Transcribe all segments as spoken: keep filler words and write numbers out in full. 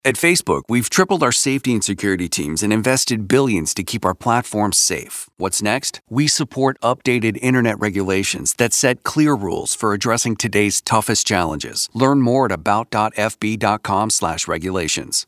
At Facebook, we've tripled our safety and security teams and invested billions to keep our platforms safe. What's next? We support updated internet regulations that set clear rules for addressing today's toughest challenges. Learn more at about.fb.com slash regulations.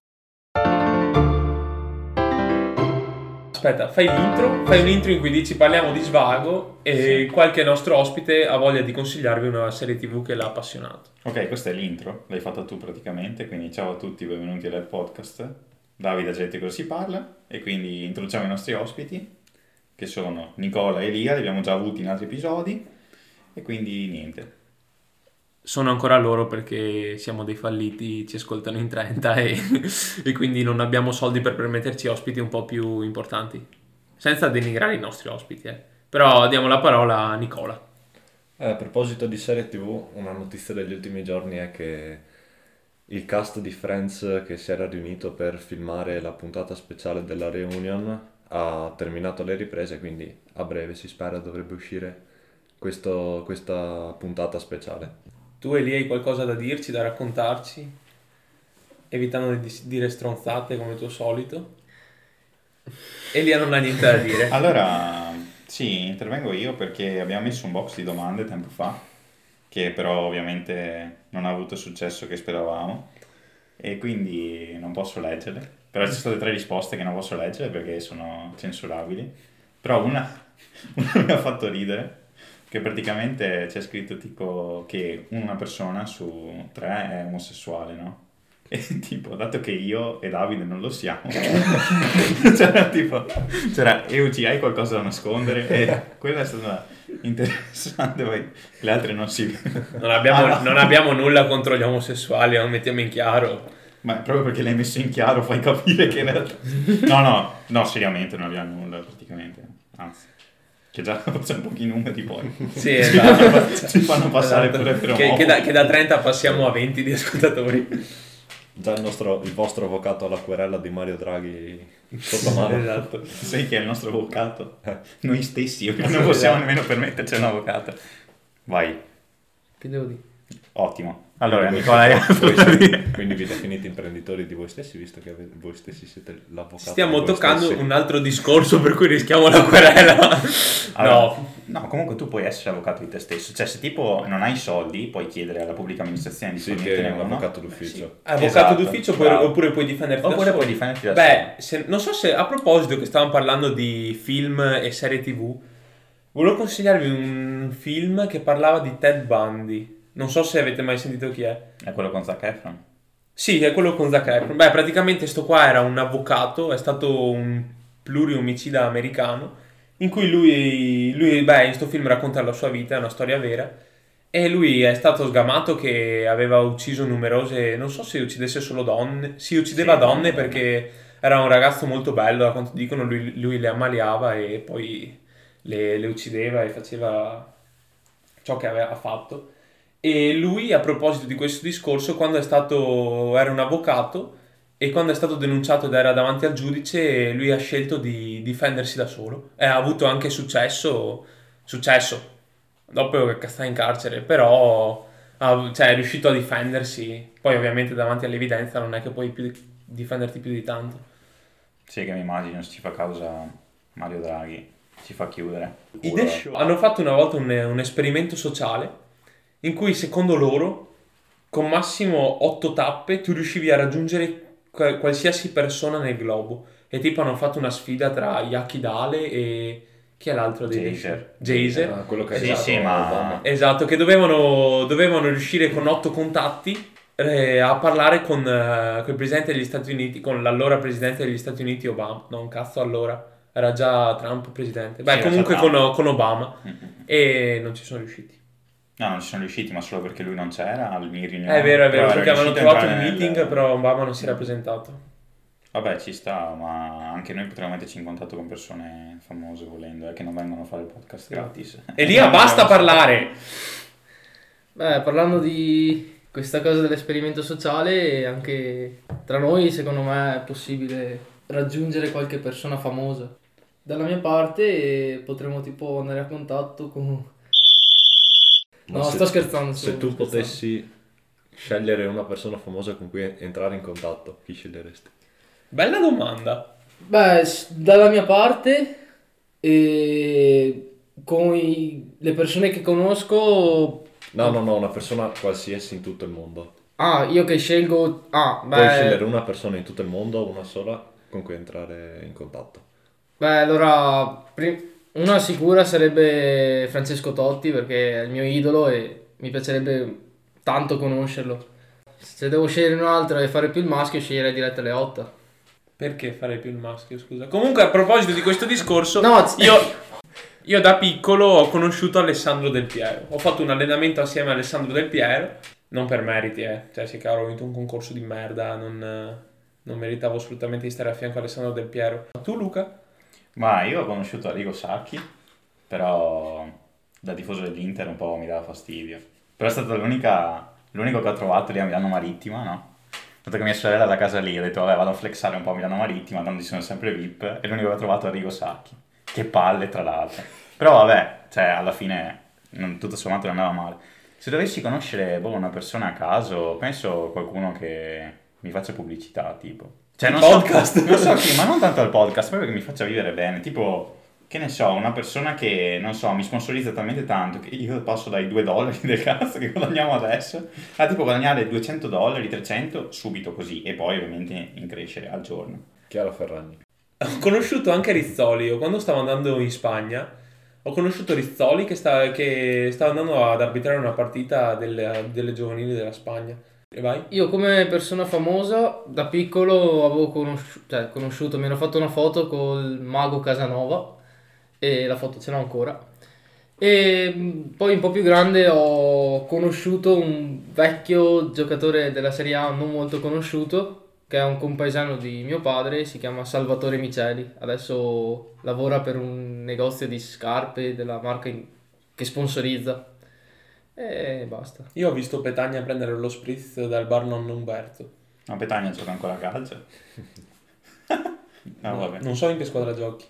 Aspetta, fai l'intro, fai un intro in cui dici parliamo di svago e sì. Qualche nostro ospite ha voglia di consigliarvi una serie tv che l'ha appassionato. Ok, questa è l'intro, l'hai fatta tu praticamente, quindi ciao a tutti, benvenuti al podcast. Davide ha già detto cosa si parla e quindi introduciamo i nostri ospiti che sono Nicola e Elia, li abbiamo già avuti in altri episodi e quindi niente. Sono ancora loro perché siamo dei falliti, ci ascoltano in trenta e, e quindi non abbiamo soldi per permetterci ospiti un po' più importanti. Senza denigrare i nostri ospiti, eh. Però diamo la parola a Nicola. Eh, a proposito di serie tv, una notizia degli ultimi giorni è che il cast di Friends che si era riunito per filmare la puntata speciale della reunion ha terminato le riprese, quindi a breve si spera dovrebbe uscire questo, questa puntata speciale. Tu Elia hai qualcosa da dirci, da raccontarci, evitando di dire stronzate come tuo solito? Elia non ha niente da dire. Allora, sì, intervengo io perché abbiamo messo un box di domande tempo fa, che però ovviamente non ha avuto il successo che speravamo, e quindi non posso leggerle. Però ci sono state tre risposte che non posso leggere perché sono censurabili. Però una, una mi ha fatto ridere. Che praticamente c'è scritto tipo che una persona su tre è omosessuale, no? E tipo, dato che io e Davide non lo siamo, c'era tipo, c'era, Euci, hai qualcosa da nascondere? E quella è stata interessante, poi le altre non si non abbiamo, ah, no. non abbiamo nulla contro gli omosessuali, lo mettiamo in chiaro. Ma proprio perché l'hai messo in chiaro fai capire che in realtà... No, no, no, seriamente non abbiamo nulla praticamente, anzi. Che già facciamo pochi numeri poi. Sì, esatto. Ci fanno passare esatto. pure per che, che, da, che da trenta passiamo a venti di ascoltatori. Già il, nostro, il vostro avvocato alla querela di Mario Draghi sotto mano. Esatto. Sai chi è il nostro avvocato? Noi stessi, non possiamo nemmeno permetterci un avvocato. Vai. Che devo dire? Ottimo. Allora, Nicola, quindi, quindi vi definite imprenditori di voi stessi, visto che avete, voi stessi siete l'avvocato. Stiamo di voi toccando stessi. un altro discorso per cui rischiamo la querela. Allora, no. No, comunque tu puoi essere avvocato di te stesso. Cioè, se tipo non hai soldi, puoi chiedere alla pubblica amministrazione di sì, fornirtene che è un uno. avvocato d'ufficio. Sì. Avvocato esatto, d'ufficio puoi, oppure puoi difenderti oppure da solo. puoi difenderti da Beh, solo. se, non so se a proposito che stavamo parlando di film e serie tv, volevo consigliarvi un film che parlava di Ted Bundy. Non so se avete mai sentito chi è. È quello con Zac Efron? Sì, è quello con Zac Efron. Beh, praticamente sto qua era un avvocato, è stato un pluriomicida americano, in cui lui, lui, beh, in sto film racconta la sua vita, è una storia vera, e lui è stato sgamato che aveva ucciso numerose, non so se uccidesse solo donne, si uccideva sì, donne no, perché era un ragazzo molto bello, da quanto dicono, lui, lui le ammaliava e poi le, le uccideva e faceva ciò che aveva fatto. E lui, a proposito di questo discorso, quando è stato era un avvocato e quando è stato denunciato ed era davanti al giudice, lui ha scelto di difendersi da solo e ha avuto anche successo successo dopo che sta in carcere, però ha, cioè, è riuscito a difendersi. Poi ovviamente davanti all'evidenza non è che puoi più difenderti più di tanto. Sì, che mi immagino se ci fa causa Mario Draghi ci fa chiudere. I The Show hanno fatto una volta un, un esperimento sociale in cui secondo loro con massimo otto tappe tu riuscivi a raggiungere qualsiasi persona nel globo, e tipo hanno fatto una sfida tra Yaki Dale e chi è l'altro dei Jaser Jaser ah, quello che sì, esatto, sì, ma... esatto, che dovevano, dovevano riuscire con otto contatti eh, a parlare con, uh, con il presidente degli Stati Uniti, con l'allora presidente degli Stati Uniti Obama, non cazzo allora era già Trump presidente, beh sì, comunque con, con Obama e non ci sono riusciti. No, non ci sono riusciti, ma solo perché lui non c'era al riunione. È vero, è vero, perché avevano trovato un nel... meeting, però Obama non si era presentato. Vabbè, ci sta, ma anche noi potremmo metterci in contatto con persone famose volendo, eh, che non vengono a fare il podcast sì. gratis. Elia, basta parlare! Beh, parlando di questa cosa dell'esperimento sociale, anche tra noi, secondo me, è possibile raggiungere qualche persona famosa. Dalla mia parte potremmo tipo andare a contatto con... Ma no, se, sto scherzando. Se tu scherzando. potessi Scegliere una persona famosa con cui entrare in contatto, chi sceglieresti? Bella domanda. Beh, s- dalla mia parte, e con i- le persone che conosco. No, no, no, una persona qualsiasi in tutto il mondo. Ah, io che scelgo. Ah, Puoi scegliere beh. una persona in tutto il mondo, una sola, con cui entrare in contatto. Beh, allora. pri- Una sicura sarebbe Francesco Totti perché è il mio idolo e mi piacerebbe tanto conoscerlo. Se devo scegliere un altro e fare più il maschio, sceglierei Diletta Leotta. Perché farei più il maschio, scusa? Comunque, a proposito di questo discorso, No, z- io, io da piccolo ho conosciuto Alessandro Del Piero. Ho fatto un allenamento assieme a Alessandro Del Piero, non per meriti, eh. Cioè, sì, cavolo, ho vinto un concorso di merda, non, eh, non meritavo assolutamente di stare a fianco a Alessandro Del Piero. Ma tu, Luca? Ma io ho conosciuto Arrigo Sacchi, però da tifoso dell'Inter un po' mi dava fastidio. Però è stata l'unica, l'unico che ho trovato lì a Milano Marittima, no? Dato che mia sorella è da casa lì, ho detto vabbè vado a flexare un po' a Milano Marittima, tanto ci sono sempre V I P, e l'unico che ho trovato è Arrigo Sacchi. Che palle tra l'altro. Però vabbè, cioè alla fine non, tutto sommato non andava male. Se dovessi conoscere boh, una persona a caso, penso qualcuno che mi faccia pubblicità, tipo. Cioè, Il non so- podcast? non so, sì, ma non tanto al podcast, proprio che mi faccia vivere bene. Tipo, che ne so, una persona che, non so, mi sponsorizza talmente tanto che io passo dai due dollari del cazzo che guadagniamo adesso a tipo guadagnare duecento dollari, trecento subito così e poi ovviamente in crescere al giorno. Chiara Ferragni. Ho conosciuto anche Rizzoli. Io quando stavo andando in Spagna, ho conosciuto Rizzoli che, sta, che stava andando ad arbitrare una partita delle, delle giovanili della Spagna. E vai? Io come persona famosa da piccolo avevo conosciuto, cioè, conosciuto, mi ero fatto una foto col mago Casanova e la foto ce l'ho ancora. E mh, poi un po' più grande ho conosciuto un vecchio giocatore della Serie A non molto conosciuto, che è un compaesano di mio padre, si chiama Salvatore Miceli. Adesso lavora per un negozio di scarpe della marca in- che sponsorizza. E basta. Io ho visto Petagna prendere lo spritz dal bar nonno Umberto. Ma Petagna gioca ancora a calcio? No, vabbè. Non so in che squadra giochi.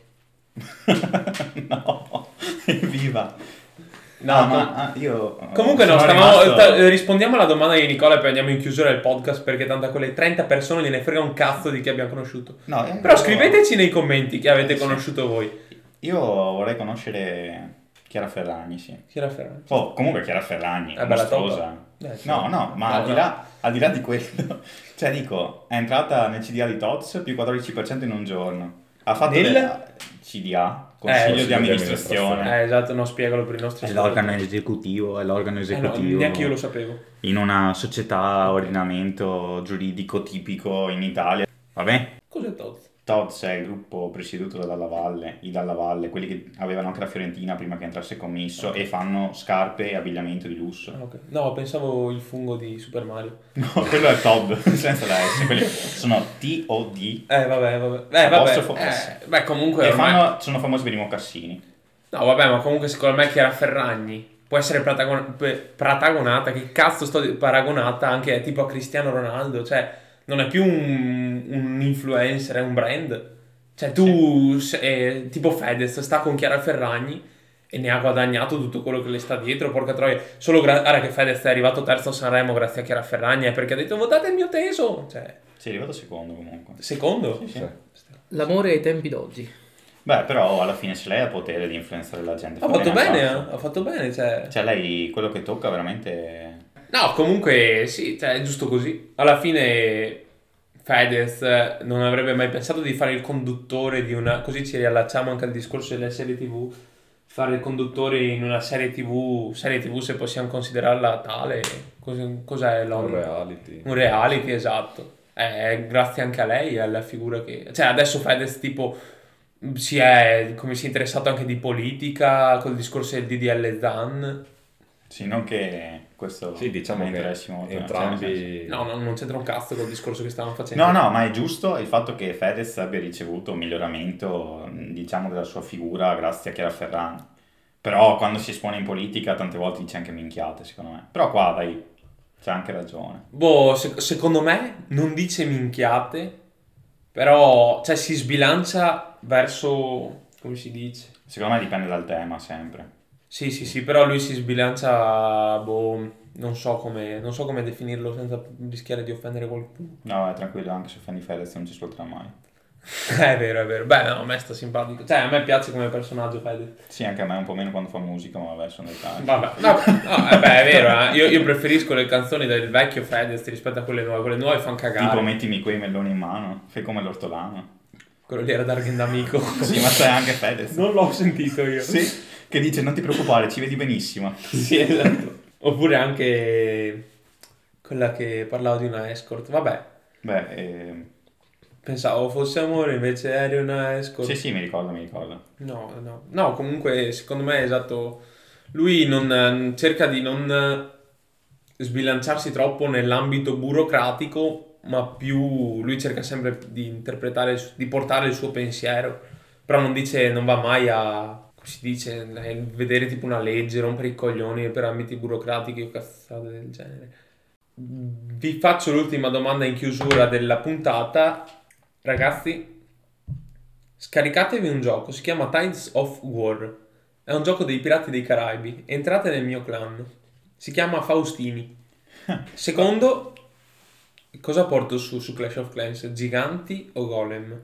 No, evviva. No, No, com- ma ah, io Comunque no, sono stavamo- rimasto- sta- rispondiamo alla domanda di Nicola e poi andiamo in chiusura del podcast perché tanto a quelle trenta persone gliene frega un cazzo di chi abbiamo conosciuto. No, eh, Però io- scriveteci nei commenti chi avete Sì. conosciuto voi. Io vorrei conoscere Chiara Ferragni, sì. Chi era Ferrari? Oh, comunque Chiara Ferragni, Eh, bella mostruosa. toppa. Eh, sì. No, no, ma No, al, di no. là, al di là di quello, cioè dico, è entrata nel C D A di Tots più quattordici per cento in un giorno. Ha fatto Nel? del- C D A, Consiglio Consiglio di di amministrazione. Eh, esatto, no, spiegalo per i nostri È ascoltatori. l'organo esecutivo, è l'organo Eh, no, esecutivo neanche io lo sapevo. in una società a ordinamento giuridico tipico in Italia. Vabbè, Cos'è Todd? Tots è il gruppo presieduto da Dalla Valle, i Dalla Valle, quelli che avevano anche la Fiorentina prima che entrasse commisso e fanno scarpe e abbigliamento di lusso. Ah, ok. No, pensavo il fungo di Super Mario. No, quello è Todd, senza la S, quelli sono T O D Eh, vabbè, vabbè. Eh, vabbè. Apostrofo S. Eh, beh, comunque e ormai- fanno, sono famosi per i mocassini. No, vabbè, ma comunque secondo me Chiara Ferragni può essere pratagon- pe- pratagonata, che cazzo sto di- paragonata anche tipo a Cristiano Ronaldo, cioè non è più un, un influencer, è un brand. Cioè tu, se- eh, tipo Fedez, sta con Chiara Ferragni e ne ha guadagnato tutto quello che le sta dietro, porca troia. Solo gra- guarda che Fedez è arrivato terzo a Sanremo grazie a Chiara Ferragni, è perché ha detto votate il mio teso. Cioè, Sei arrivato secondo comunque. secondo? Sì, sì. Sì. L'amore ai tempi d'oggi. Beh, però alla fine se lei ha il potere di influenzare la gente. Ha fa fatto bene al bene, fatto. eh? Ha fatto bene, cioè... Cioè lei quello che tocca veramente... No, comunque sì, cioè, è giusto così. Alla fine Fedez non avrebbe mai pensato di fare il conduttore di una... Così ci riallacciamo anche al discorso delle serie tivù. Fare il conduttore in una serie tivù, serie tivù se possiamo considerarla tale, cos- cos'è Un l'onore? reality. Un reality, esatto. È grazie anche a lei e alla figura che... Cioè adesso Fedez tipo si è, come si è interessato anche di politica col discorso del D D L Zan. Sì, non che questo Sì, diciamo mi che interessi molto. cioè, nel senso- entrambi... No, no, non c'entra un cazzo col discorso che stavano facendo. No, no, ma è giusto il fatto che Fedez abbia ricevuto un miglioramento, diciamo, della sua figura grazie a Chiara Ferragni. Però quando si espone in politica tante volte dice anche minchiate, secondo me. Però qua, dai, c'è anche ragione. Boh, se- secondo me non dice minchiate, però cioè, si sbilancia verso, come si dice? Secondo me dipende dal tema, sempre. Sì, sì, sì, però lui si sbilancia, boh, non so come, non so come definirlo senza rischiare di offendere qualcuno. No, è tranquillo, anche se Fanny Fedez non ci ascolterà mai. È vero, è vero. Beh, no, a me sta simpatico. Cioè, a me piace come personaggio Fedez. Sì, anche a me un po' meno quando fa musica, ma vabbè, sono dei casi. Vabbè, no, no, eh, beh, è vero, eh. io, io preferisco le canzoni del vecchio Fedez rispetto a quelle nuove. Quelle nuove fanno cagare. Tipo mettimi quei meloni in mano, fai come l'ortolano. Quello lì era Dargen d'Amico. Sì, ma sai anche Fedez. Non l'ho sentito io. Sì, che dice non ti preoccupare, ci vedi benissimo. Sì, esatto. Oppure anche quella che parlava di una escort. Vabbè, Beh, eh, pensavo fosse amore, invece eri una escort. sì, sì, mi ricordo, mi ricordo. No, no. No, comunque, secondo me è esatto. Lui non cerca di non sbilanciarsi troppo nell'ambito burocratico, ma più lui cerca sempre di interpretare, di portare il suo pensiero, però non dice, non va mai a, come si dice, vedere tipo una legge, rompere i coglioni per ambiti burocratici o cazzate del genere. Vi faccio l'ultima domanda in chiusura della puntata. Ragazzi, scaricatevi un gioco, si chiama Tides of War, è un gioco dei Pirati dei Caraibi, entrate nel mio clan, si chiama Faustini. Secondo, cosa porto su, su Clash of Clans? Giganti o golem?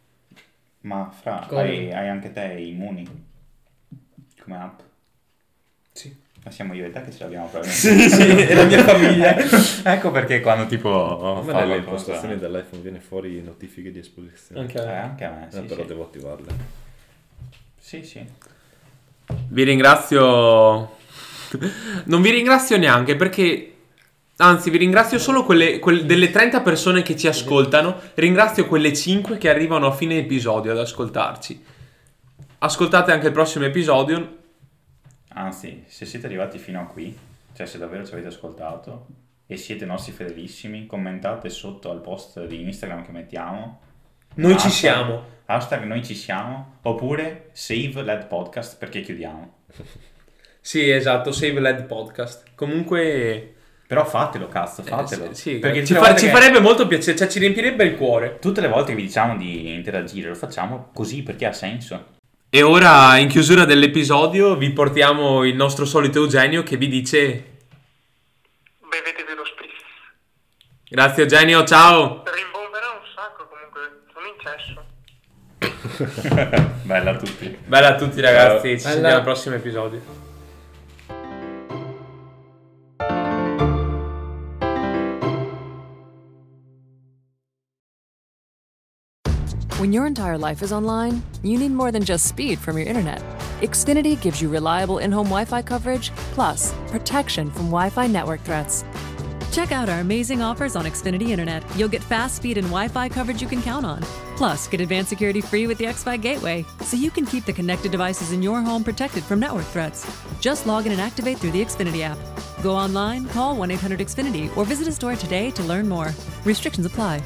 Ma fra, Come? hai, hai anche te i Muni come app? Sì. Ma siamo io e te che ce l'abbiamo probabilmente. Sì, sì, è la mia famiglia. Ecco perché quando tipo Ma fa nelle qualcosa- impostazioni dell'iPhone viene fuori notifiche di esposizione. Anche Eh, a me. anche a me, sì, Eh, però sì. devo attivarle. Sì, sì. Vi ringrazio. Non vi ringrazio neanche perché. Anzi, vi ringrazio solo quelle, quelle- delle trenta persone che ci ascoltano. Ringrazio quelle cinque che arrivano a fine episodio ad ascoltarci. Ascoltate anche il prossimo episodio. Anzi, se siete arrivati fino a qui, cioè se davvero ci avete ascoltato e siete nostri fedelissimi, commentate sotto al post di Instagram che mettiamo. Noi ci Hashtag- siamo. Hashtag noi ci siamo. Oppure save led podcast perché chiudiamo. Sì, esatto, Save Led Podcast. Comunque. Però fatelo, cazzo, eh, fatelo. sì, sì, perché ci, tutte le fa- volte ci che- farebbe molto piacere, cioè ci riempirebbe il cuore. Tutte le volte che vi diciamo di interagire lo facciamo così perché ha senso. E ora, in chiusura dell'episodio, vi portiamo il nostro solito Eugenio che vi dice: Bevetevi lo spritz. grazie Eugenio, ciao! Rimbomberà un sacco comunque, sono in cesso. Bella a tutti. Bella a tutti ragazzi, ci Bella. sentiamo al prossimo episodio. When your entire life is online, you need more than just speed from your internet. Xfinity gives you reliable in-home Wi-Fi coverage, plus protection from Wi-Fi network threats. Check out our amazing offers on Xfinity Internet. You'll get fast speed and Wi-Fi coverage you can count on. Plus, get advanced security free with the X five Gateway, so you can keep the connected devices in your home protected from network threats. Just log in and activate through the Xfinity app. Go online, call one eight hundred X Finity, or visit a store today to learn more. Restrictions apply.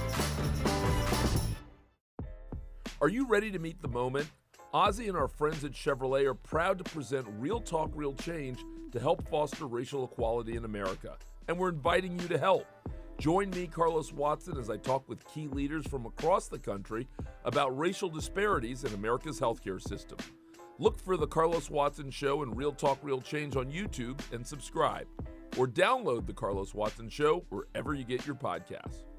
Are you ready to meet the moment? Ozzy and our friends at Chevrolet are proud to present Real Talk, Real Change to help foster racial equality in America. And we're inviting you to help. Join me, Carlos Watson, as I talk with key leaders from across the country about racial disparities in America's healthcare system. Look for The Carlos Watson Show and Real Talk, Real Change on YouTube and subscribe. Or download The Carlos Watson Show wherever you get your podcasts.